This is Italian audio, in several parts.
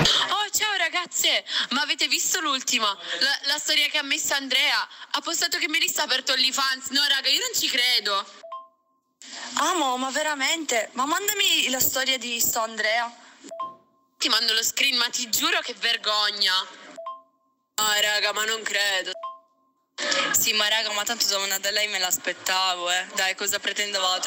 Oh, ciao ragazze, ma avete visto l'ultima? La storia che ha messo Andrea? Ha postato che Melissa ha aperto OnlyFans. No raga, io non ci credo. Amo, ma veramente? Ma mandami la storia di sto Andrea. Ti mando lo screen, ma ti giuro che vergogna. Ah raga, ma non credo. Sì, ma raga, ma tanto sono da lei, me l'aspettavo, Dai, cosa pretendevate?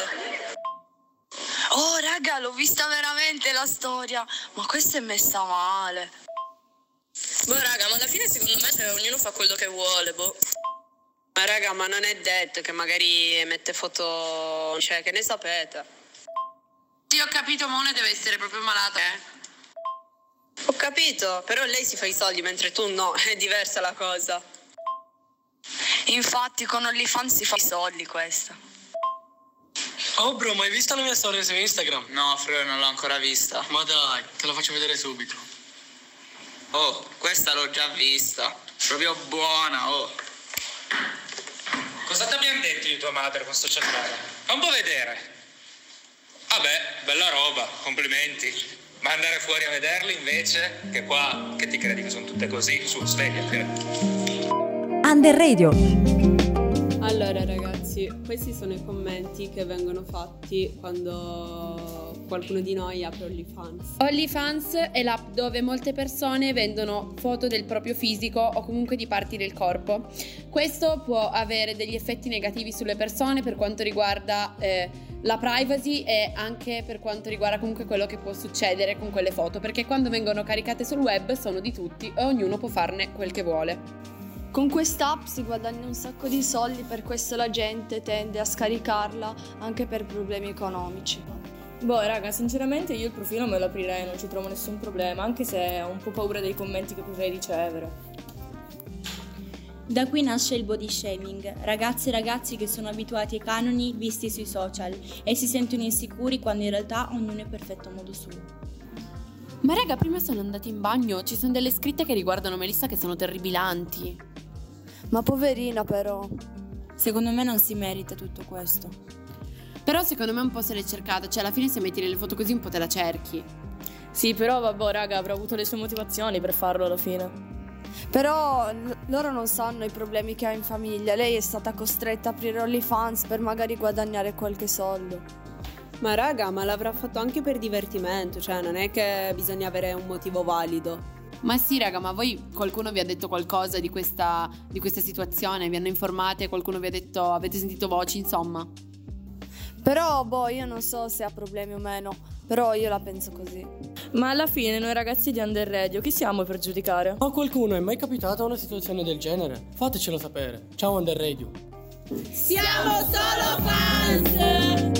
Oh raga, l'ho vista veramente la storia. Ma questa è messa male. Boh raga, ma alla fine secondo me ognuno fa quello che vuole, boh. Ma raga, ma non è detto che magari mette foto, cioè che ne sapete? Sì, ho capito, ma una deve essere proprio malata, Ho capito, però lei si fa i soldi mentre tu no, è diversa la cosa. Infatti con OnlyFans si fa i soldi questa. Oh bro, ma hai visto la mia storia su Instagram? No, Fre, non l'ho ancora vista. Ma dai, te la faccio vedere subito. Oh, questa l'ho già vista. Proprio buona, oh. Cosa ti abbiamo detto di tua madre con sto cellulare? Fa un po' vedere. Vabbè, bella roba, complimenti. Ma andare fuori a vederli invece? Che qua, che ti credi che sono tutte così? Su, svegliati. Under Radio. Allora ragazzi, questi sono i commenti che vengono fatti quando qualcuno di noi apre OnlyFans. OnlyFans è l'app dove molte persone vendono foto del proprio fisico o comunque di parti del corpo. Questo può avere degli effetti negativi sulle persone per quanto riguarda la privacy e anche per quanto riguarda comunque quello che può succedere con quelle foto, perché quando vengono caricate sul web sono di tutti e ognuno può farne quel che vuole. Con quest'app si guadagna un sacco di soldi, per questo la gente tende a scaricarla anche per problemi economici. Boh raga, sinceramente io il profilo me lo aprirei, non ci trovo nessun problema, anche se ho un po' paura dei commenti che potrei ricevere. Da qui nasce il body shaming, ragazze e ragazzi che sono abituati ai canoni visti sui social e si sentono insicuri quando in realtà ognuno è perfetto a modo suo. Ma raga, prima sono andata in bagno, ci sono delle scritte che riguardano Melissa che sono terribilanti. Ma poverina però. Secondo me non si merita tutto questo. Però secondo me un po' se l'è cercata, cioè alla fine se metti le foto così un po' te la cerchi. Sì, però vabbè raga, avrà avuto le sue motivazioni per farlo alla fine. Però loro non sanno i problemi che ha in famiglia. Lei è stata costretta a aprire OnlyFans per magari guadagnare qualche soldo. Ma raga, ma l'avrà fatto anche per divertimento, cioè non è che bisogna avere un motivo valido. Ma sì raga, ma voi qualcuno vi ha detto qualcosa di questa situazione? Vi hanno informate? Qualcuno vi ha detto, avete sentito voci, insomma? Però boh, io non so se ha problemi o meno, però io la penso così. Ma alla fine noi ragazzi di Under Radio chi siamo per giudicare? A qualcuno è mai capitata una situazione del genere? Fatecelo sapere. Ciao Under Radio. Siamo solo fans!